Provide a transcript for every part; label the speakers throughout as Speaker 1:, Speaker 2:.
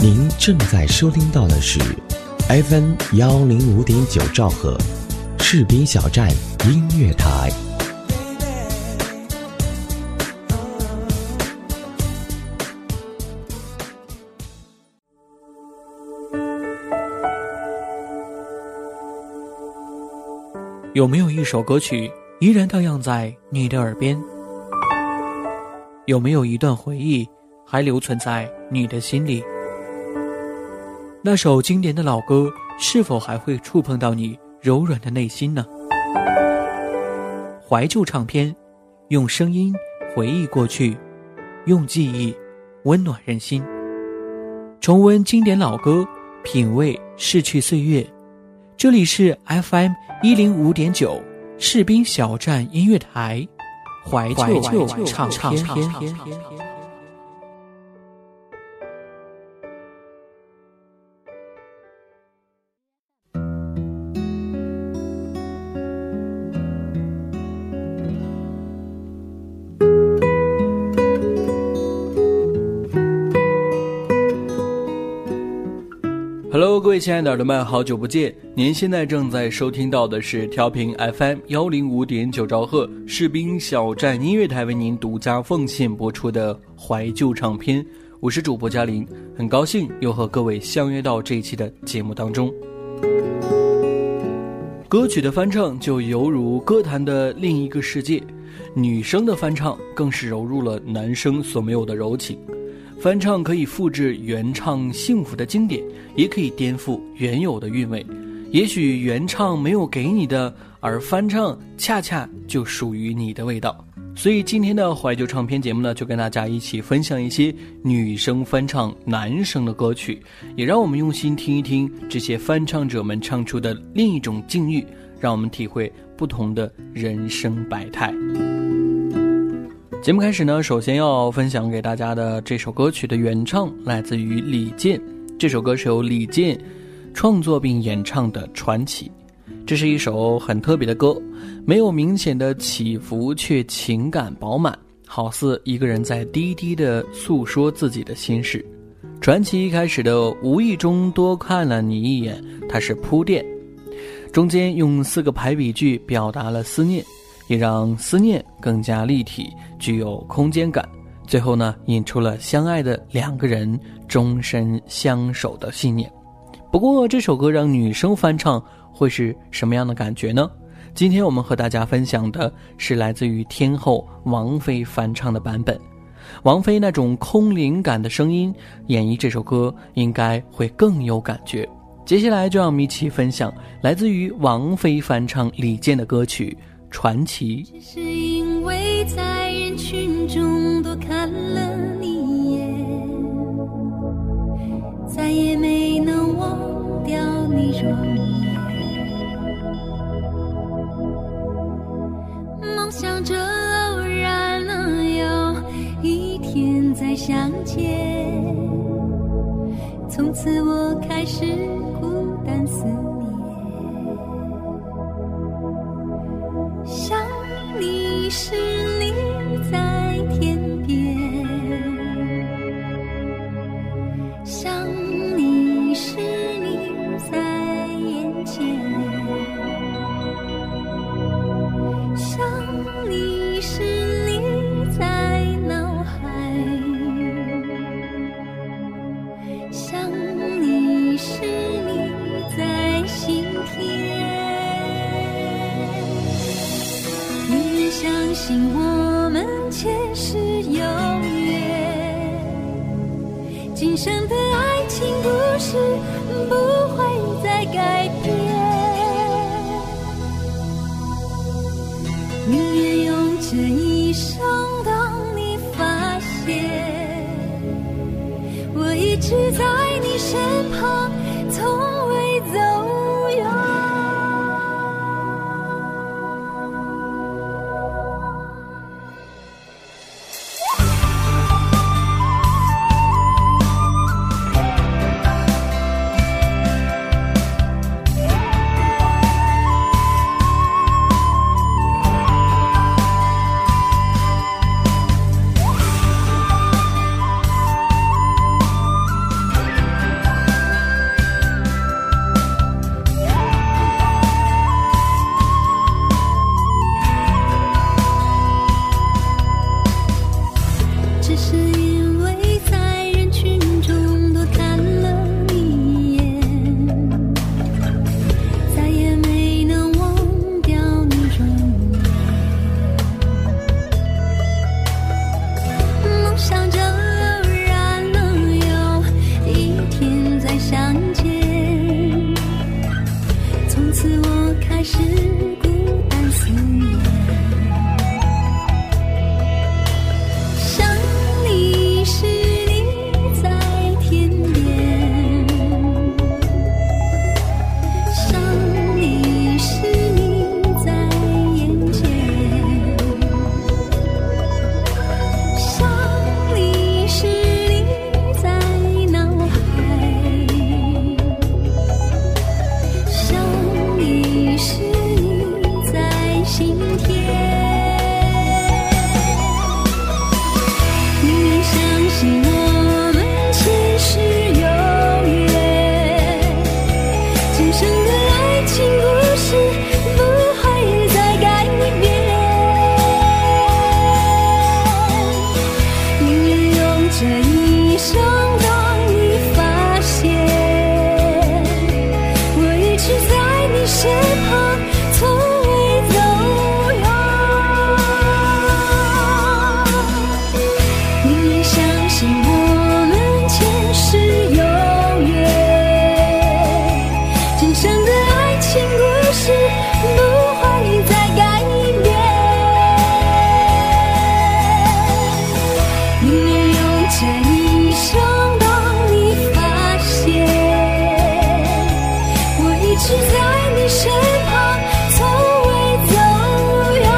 Speaker 1: 您正在收听到的是 FM 105.9兆赫士兵小站音乐台。
Speaker 2: 有没有一首歌曲依然荡漾在你的耳边？有没有一段回忆还留存在你的心里？那首经典的老歌是否还会触碰到你柔软的内心呢？怀旧唱片，用声音回忆过去，用记忆温暖人心。重温经典老歌，品味逝去岁月。这里是 FM 105.9士兵小站音乐台，怀旧唱片。Hello， 各位亲爱的耳朵们，好久不见！您现在正在收听到的是调频 FM 105.9兆赫士兵小站音乐台为您独家奉献播出的怀旧唱片。我是主播嘉玲，很高兴又和各位相约到这一期的节目当中。歌曲的翻唱就犹如歌坛的另一个世界，女生的翻唱更是揉入了男生所没有的柔情。翻唱可以复制原唱幸福的经典，也可以颠覆原有的韵味。也许原唱没有给你的，而翻唱恰恰就属于你的味道。所以今天的怀旧唱片节目呢，就跟大家一起分享一些女生翻唱男生的歌曲，也让我们用心听一听这些翻唱者们唱出的另一种境遇，让我们体会不同的人生百态。节目开始呢，首先要分享给大家的这首歌曲的原唱来自于李健，这首歌是由李健创作并演唱的《传奇》。这是一首很特别的歌，没有明显的起伏，却情感饱满，好似一个人在低低地诉说自己的心事。传奇一开始的无意中多看了你一眼，它是铺垫，中间用4个排比句表达了思念，也让思念更加立体，具有空间感。最后呢，引出了相爱的2个人终身相守的信念。不过这首歌让女生翻唱会是什么样的感觉呢？今天我们和大家分享的是来自于天后王菲翻唱的版本。王菲那种空灵感的声音演绎这首歌应该会更有感觉。接下来就让我们一起分享来自于王菲翻唱李健的歌曲传奇。
Speaker 3: 只是因为在人群中多看了你一眼，再也没能忘掉你容颜，梦想着偶然能有一天再相见，从此我开始孤单思念，想你时你在天边，想你时你在眼前，想你时你在脑海，想你时你在心田。相信我们前世有缘，今生的爱情故事不会再改变，宁愿用这一生等你发现，我一直在你身旁，从未走远。 信我们前世有约，今生的爱情故事不会再改变。宁愿用这一生让你发现，我一直在你身旁，从未走远。宁愿相信我们前世有约，今生的爱情故事不会再改变。宁愿用这一生让你发现，我一直在你身旁，从未走远。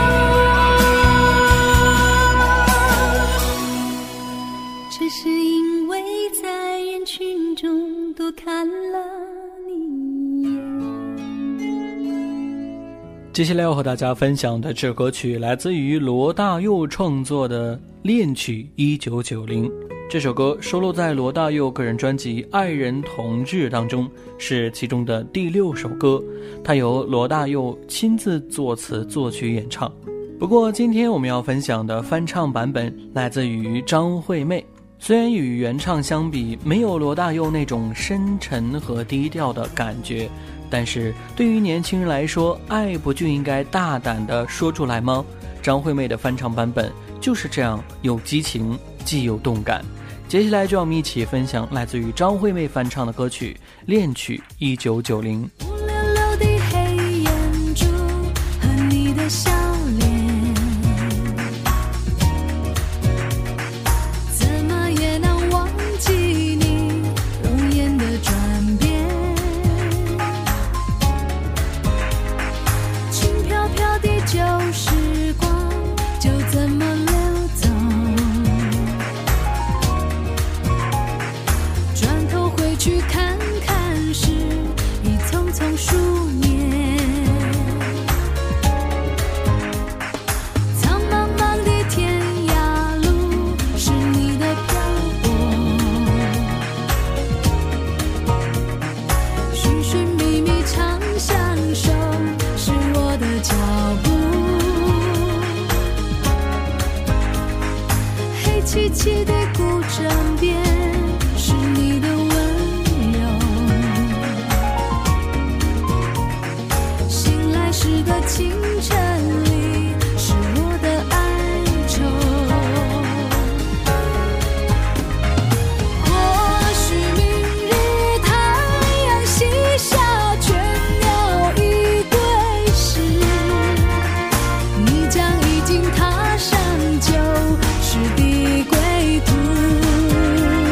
Speaker 3: 只是因为在人群中多看了你一眼。
Speaker 2: 接下来要和大家分享的这首歌曲来自于罗大佑创作的《恋曲1990》。这首歌收录在罗大佑个人专辑《爱人同日》当中，是其中的第6首歌，它由罗大佑亲自作词作曲演唱。不过今天我们要分享的翻唱版本来自于张惠妹，虽然与原唱相比没有罗大佑那种深沉和低调的感觉，但是对于年轻人来说，爱不就应该大胆地说出来吗？张惠妹的翻唱版本就是这样，有激情既有动感。接下来就让我们一起分享来自于张惠妹翻唱的歌曲《恋曲1990》。
Speaker 3: 乌溜溜的黑眼珠和你的笑脸，怎么也难忘记你容颜的转变。轻飘飘的旧时光就这么流走，转头回去看看时已匆匆数年。苍茫茫的天涯路是你的漂泊，寻寻觅觅长相守是我的脚步。黑漆漆的古镇边是你的温柔，醒来时的清晨里是我的哀愁。或许明日太阳西下，倦鸟已归时，你将已经踏上旧时的归途。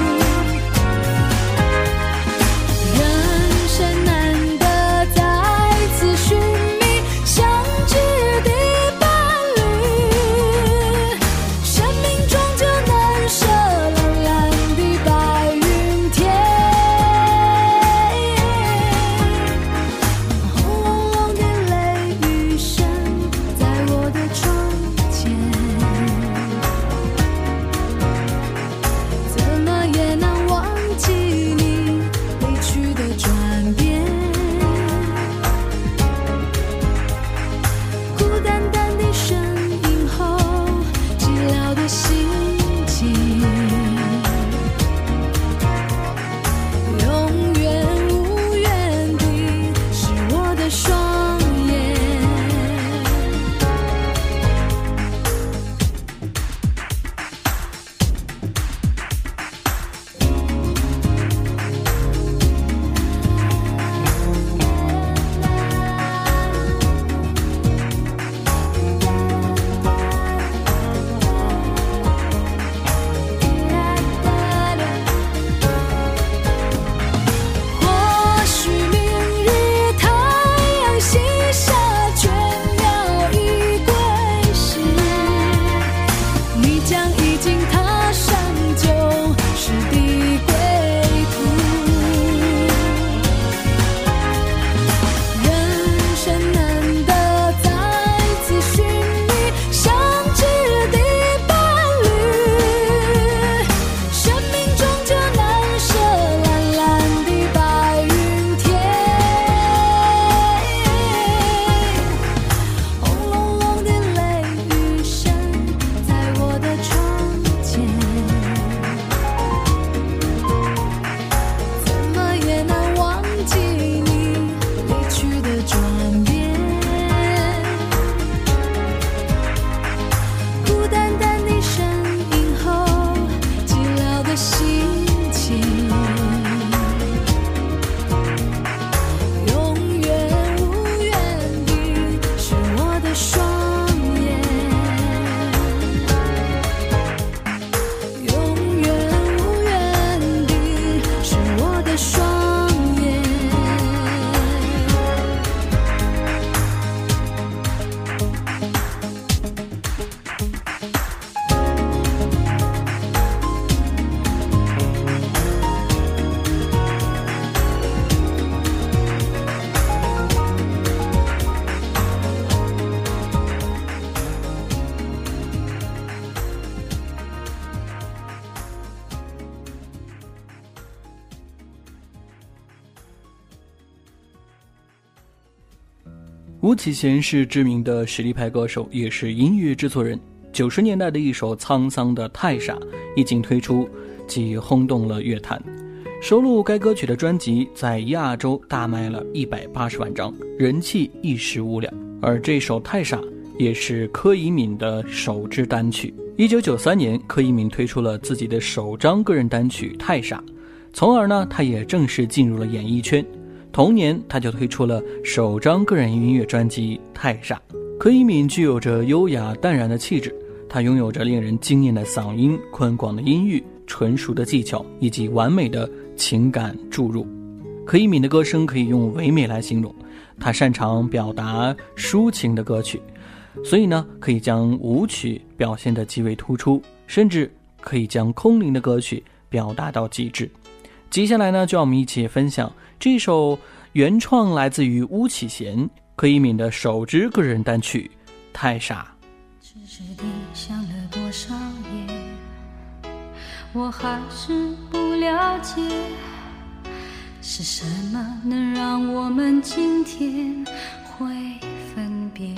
Speaker 2: 巫启贤是知名的实力派歌手，也是音乐制作人。90年代的一首沧桑的太傻一经推出，即轰动了乐坛。收录该歌曲的专辑在亚洲大卖了180万张，人气一时无两。而这首太傻也是柯以敏的首支单曲。1993年，柯以敏推出了自己的首张个人单曲太傻，从而呢，他也正式进入了演艺圈。同年，他就推出了首张个人音乐专辑《太傻》。柯以敏具有着优雅淡然的气质，他拥有着令人惊艳的嗓音、宽广的音域、纯熟的技巧以及完美的情感注入。柯以敏的歌声可以用唯美来形容，他擅长表达抒情的歌曲，所以呢，可以将舞曲表现得极为突出，甚至可以将空灵的歌曲表达到极致。接下来呢，就让我们一起分享这首原创来自于巫启贤、柯以敏的首支个人单曲《太傻》。
Speaker 3: 痴痴地想了多少夜，我还是不了解，是什么能让我们今天会分别？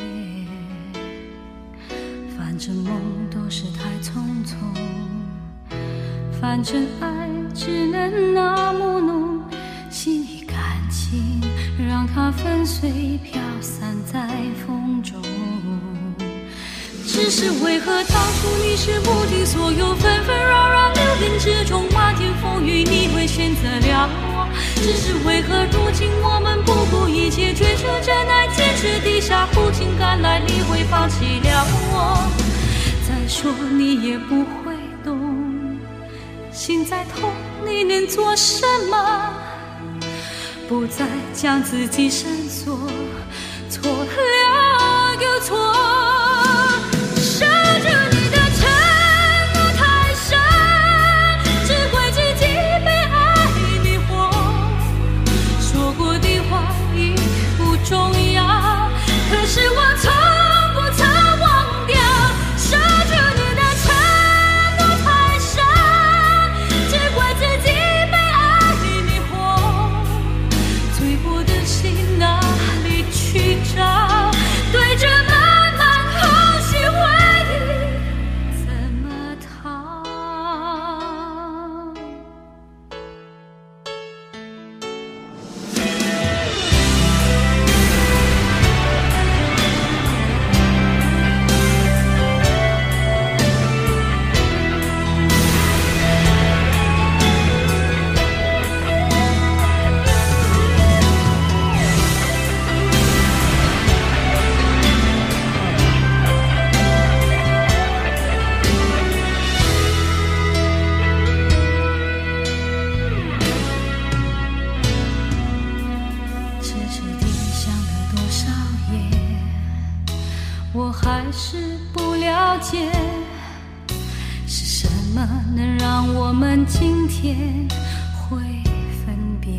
Speaker 3: 反正梦都是太匆匆，反正爱只能那么浓，心里感情让它粉碎飘散在风中。只是为何当初你是不听所有纷纷扰扰流言之中，漫天风雨你会选择了我？只是为何如今我们不顾一切追求真爱，坚持地下苦尽甘来，你会放弃了我？再说你也不会懂，心在痛你能做什么？不再将自己深锁，错了又错，守住你的承诺太深，只会自己被爱迷惑，说过的话已不重要，可是我从不曾忘掉，守住你的承诺太深，只会自己被爱迷惑，醉过的心哪里去找？对着漫漫空虚回忆怎么逃？痴痴地想了多少夜，我还是不了解，是什么能让我们今天会分别？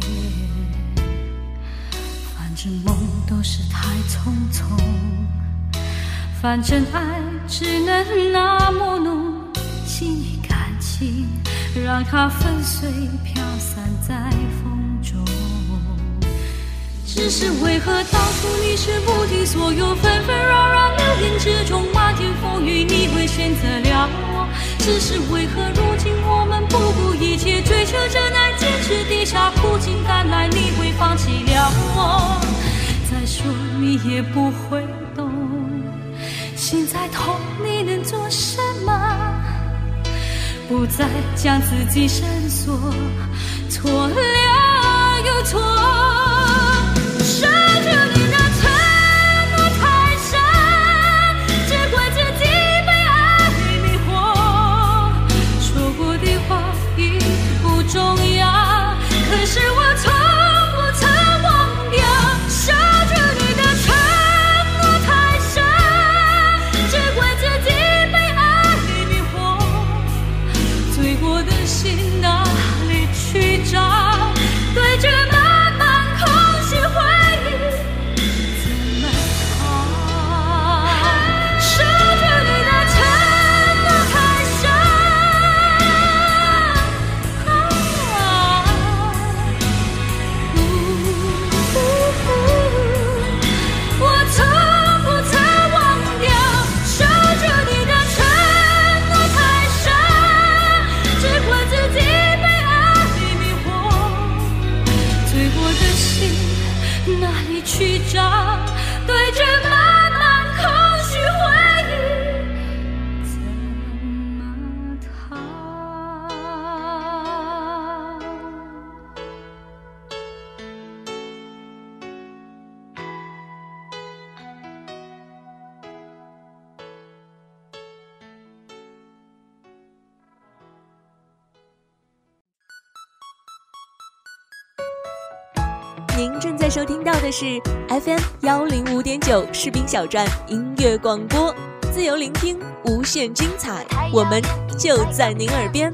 Speaker 3: 反正梦都是太匆匆，反正爱只能那么浓，心里感情让它粉碎飘散在风中。只是为何当初你是不听所有纷纷扰扰流言之中，漫天风雨你会选择了我？只是为何如今我们不顾一切追求真爱，坚持地下苦尽甘来，你会放弃了我？再说你也不会懂，心在痛你能做什么？不再将自己深锁，错了又错，守住你的承诺太深，只会自己被爱迷惑，说过的话已不重要，可是我从不曾忘掉，守住你的承诺太深，只会自己被爱迷惑，醉过的心哪里去找？对着漫漫空虚回忆怎么逃？守住你的承诺太深，我从去找，对着满满空虚回忆怎么逃？
Speaker 4: 您正在收听到的是 FM105.9 士兵小站音乐广播，自由聆听，无限精彩，我们就在您耳边。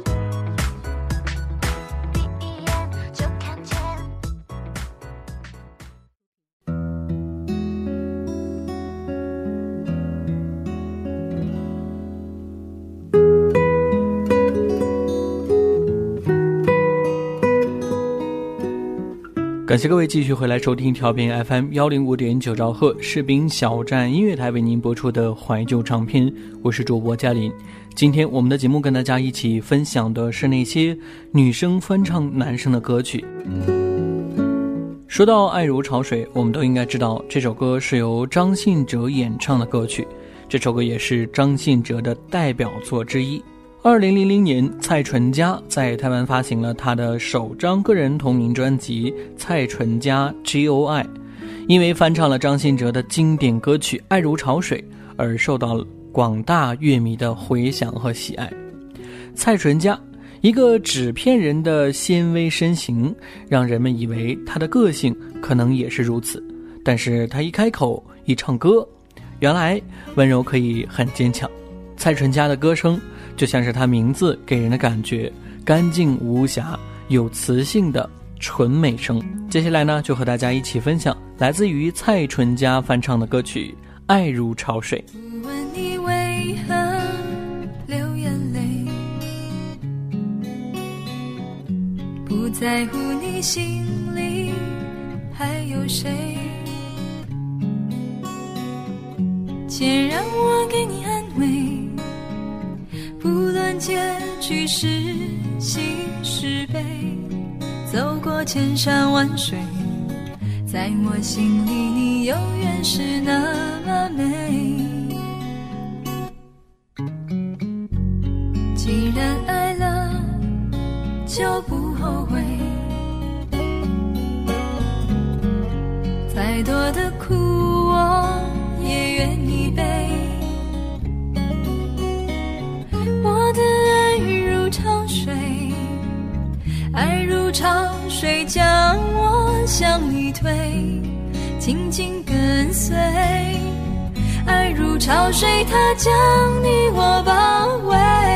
Speaker 2: 感谢各位继续回来收听调频 FM105.9兆赫士兵小站音乐台为您播出的怀旧唱片，我是主播嘉林。今天我们的节目跟大家一起分享的是那些女生翻唱男生的歌曲。说到爱如潮水，我们都应该知道这首歌是由张信哲演唱的歌曲，这首歌也是张信哲的代表作之一。2000年，蔡淳佳在台湾发行了他的首张个人同名专辑《蔡淳佳 GOI》，因为翻唱了张信哲的经典歌曲《爱如潮水》而受到广大乐迷的回响和喜爱。蔡淳佳一个纸片人的纤微身形，让人们以为他的个性可能也是如此，但是他一开口一唱歌，原来温柔可以很坚强。蔡淳佳的歌声就像是他名字给人的感觉，干净无瑕，有磁性的纯美声。接下来呢，就和大家一起分享来自于蔡淳佳翻唱的歌曲《爱如潮水》。
Speaker 3: 不问你为何流眼泪，不在乎你心里还有谁，且让我给你安慰，不论结局是喜是悲，走过千山万水，在我心里你永远是那么美。既然爱了就不后悔，再多的苦我也愿意背，我的爱如潮水，爱如潮水将我向你推，紧紧跟随，爱如潮水它将你我包围，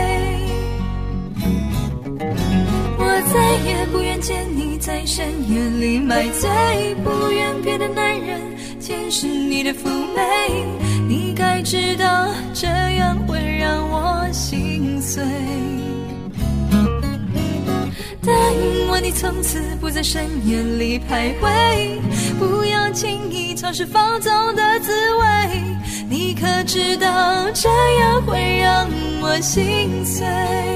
Speaker 3: 我再也不愿见你在深夜里买醉，不愿别的男人见识你的妩媚，你该知道这样会让我心碎，答应我你从此不在深夜里徘徊，不要轻易尝试放纵的滋味，你可知道这样会让我心碎。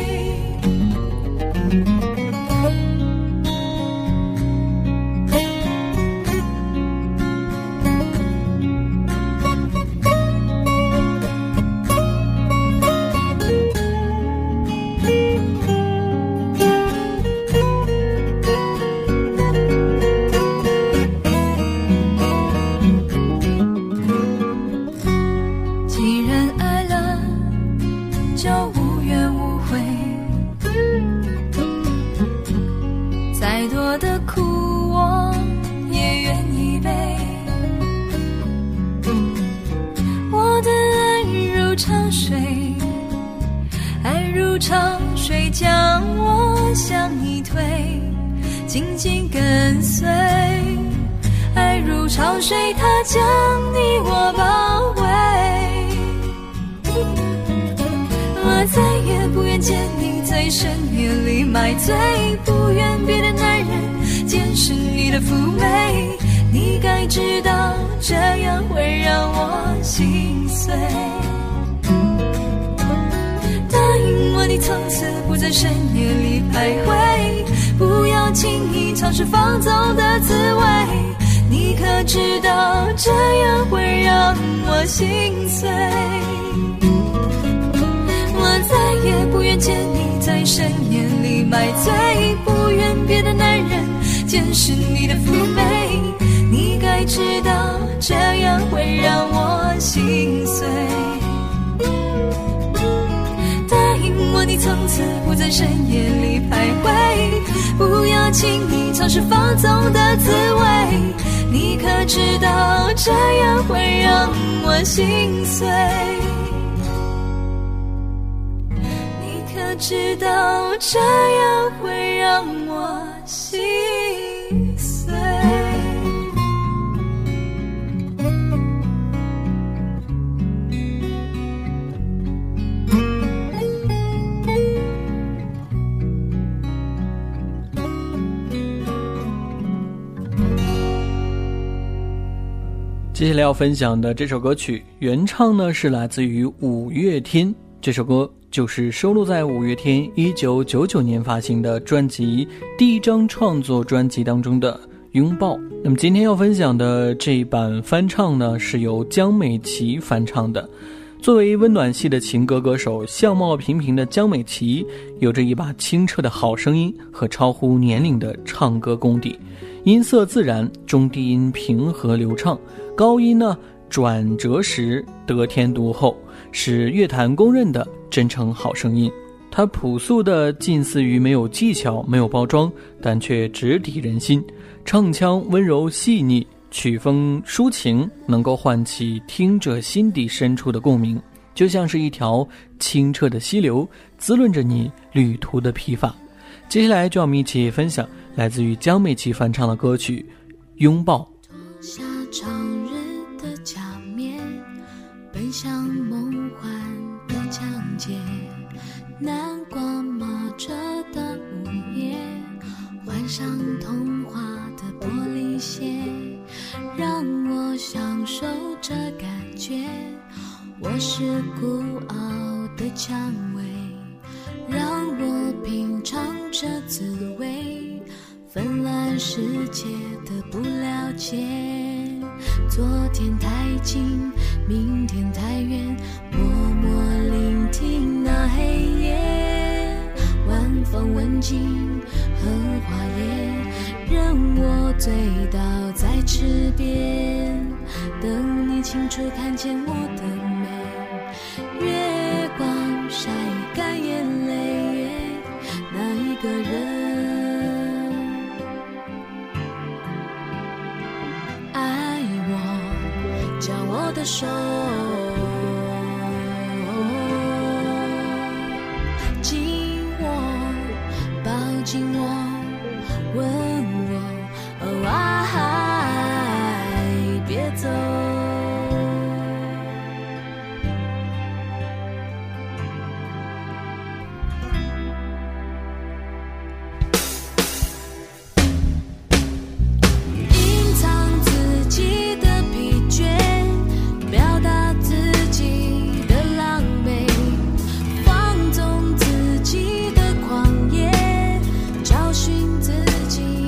Speaker 3: 潮水将我向你推，紧紧跟随，爱如潮水它将你我包围，我再也不愿见你在深夜里买醉，不愿别的男人见识你的妩媚，你该知道这样会让我心碎，答应我你从此不在深夜里徘徊，不要轻易尝试放纵的滋味， 你可知道这样会让我心碎？我再也不愿见你在深夜里买醉，不愿别的男人见识你的妩媚。你该知道这样会让我心碎。答应我你从此不在深夜里徘徊，不要轻易尝试放纵的滋味。你可知道这样会让我心碎？你可知道这样会让我心碎？
Speaker 2: 接下来要分享的这首歌曲原唱呢是来自于五月天，这首歌就是收录在五月天1999年发行的专辑第一张创作专辑当中的《拥抱》。那么今天要分享的这一版翻唱呢是由江美琪翻唱的。作为温暖系的情歌歌手，相貌平平的江美琪有着一把清澈的好声音和超乎年龄的唱歌功底，音色自然，中低音平和流畅，高音呢转折时得天独厚，是乐坛公认的真诚好声音。它朴素的近似于没有技巧没有包装，但却直抵人心，唱腔温柔细腻，曲风抒情，能够唤起听者心底深处的共鸣，就像是一条清澈的溪流，滋润着你旅途的疲乏。接下来就让我们一起分享来自于江美琪翻唱的歌曲《拥抱》。
Speaker 3: 下长日的假面，奔向梦幻的疆界，南瓜马车的午夜，幻想童话的玻璃鞋，让我享受这感觉。我是孤傲的蔷薇，让我品尝这滋味。纷乱世界的不了解，昨天太近，明天太远，默默聆听那黑夜，晚风吻尽荷花叶，任我醉倒在池边，等你清楚看见我的美。月光晒干眼泪，那一个人爱我，将我的手紧握，抱紧我，问我哦爱，别走。找寻自己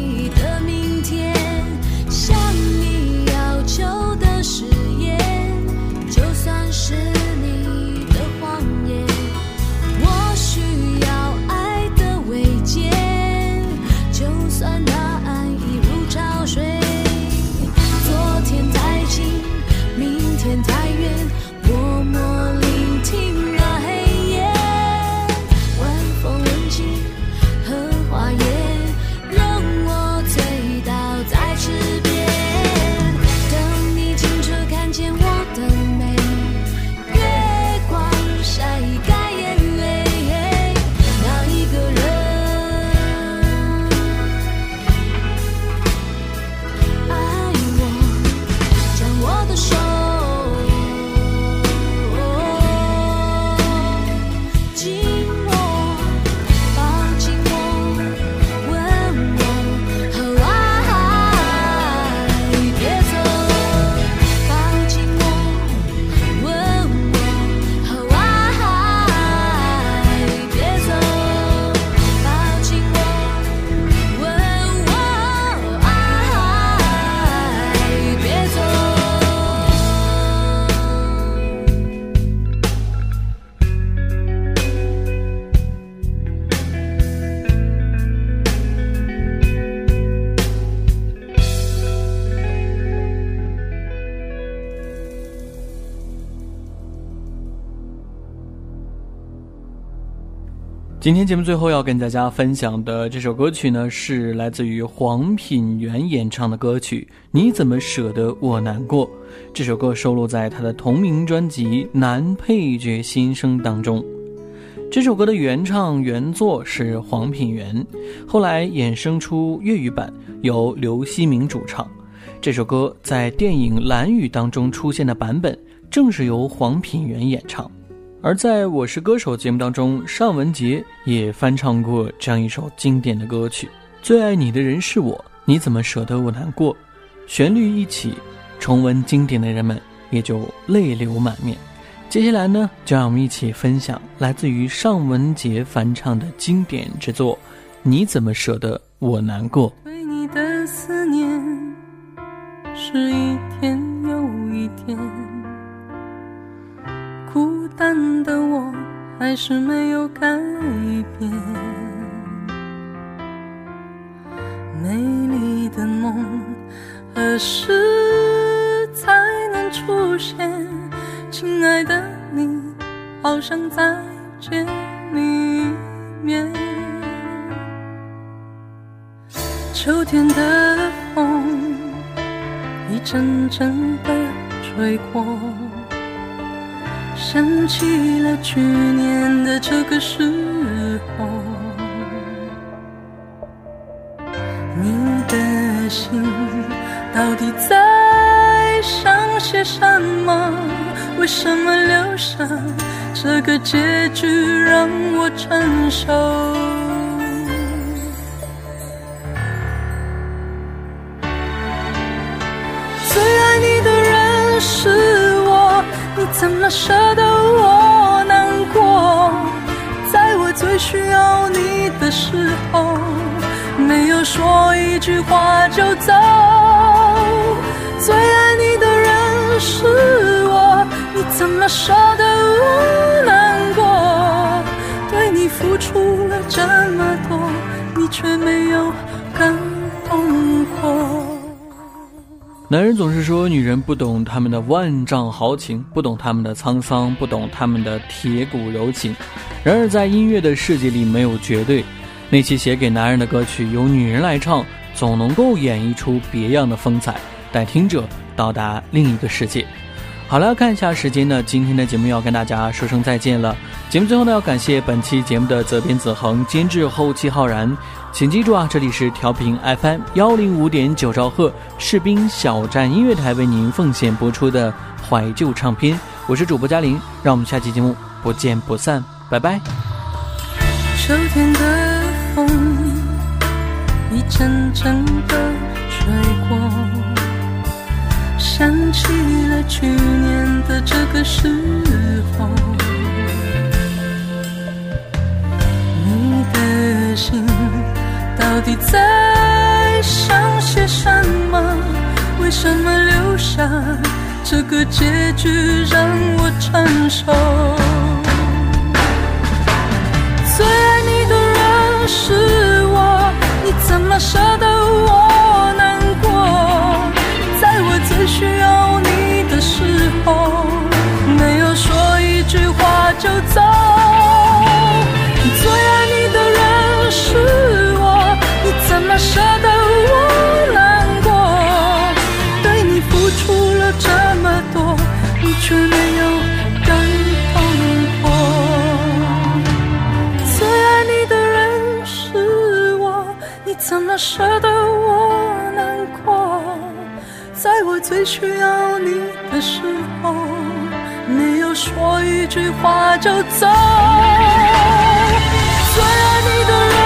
Speaker 2: 今天节目最后要跟大家分享的这首歌曲呢，是来自于黄品源演唱的歌曲《你怎么舍得我难过》。这首歌收录在他的同名专辑《男配角新生》当中。这首歌的原唱原作是黄品源，后来衍生出粤语版，由刘锡明主唱。这首歌在电影《蓝雨》当中出现的版本，正是由黄品源演唱。而在我是歌手节目当中，尚雯婕也翻唱过这样一首经典的歌曲，最爱你的人是我，你怎么舍得我难过。旋律一起，重温经典的人们也就泪流满面。接下来呢，就让我们一起分享来自于尚雯婕翻唱的经典之作《你怎么舍得我难过》。
Speaker 5: 对你的思念是一天又一天，孤单的我还是没有改变，美丽的梦何时才能出现？亲爱的你，好想再见你一面。秋天的风一阵阵的吹过，想起了去年的这个时候，你的心到底在想些什么？为什么留下这个结局让我承受？最爱你的人是我，你怎么舍得我难过？在我最需要你的时候，没有说一句话就走。最爱你的人是我，你怎么舍得我难过？对你付出了这么多，你却没有感动过。
Speaker 2: 男人总是说女人不懂他们的万丈豪情，不懂他们的沧桑，不懂他们的铁骨柔情。然而在音乐的世界里没有绝对，那些写给男人的歌曲由女人来唱，总能够演绎出别样的风采，带听者到达另一个世界。好了，看一下时间呢，今天的节目要跟大家说声再见了。节目最后呢，要感谢本期节目的责编子恒，监制后期浩然。请记住啊，这里是调频 FM 105.9兆赫士兵小站音乐台为您奉献播出的怀旧唱片，我是主播嘉玲，让我们下期节目不见不散，拜拜。
Speaker 5: 秋天的风一阵阵的吹过，想起了去年的这个时候，你的心到底在想些什么？为什么留下这个结局让我承受？最爱你的人是我，你怎么舍得我难过？在我最需要你的时候，没有说一句话就走。最爱你的人是我，你怎么舍得我难过？对你付出了这么多，你却没有感动过。最爱你的人是我，你怎么舍得我难过？在我最需要你的时候，没有说一句话就走。最爱你的人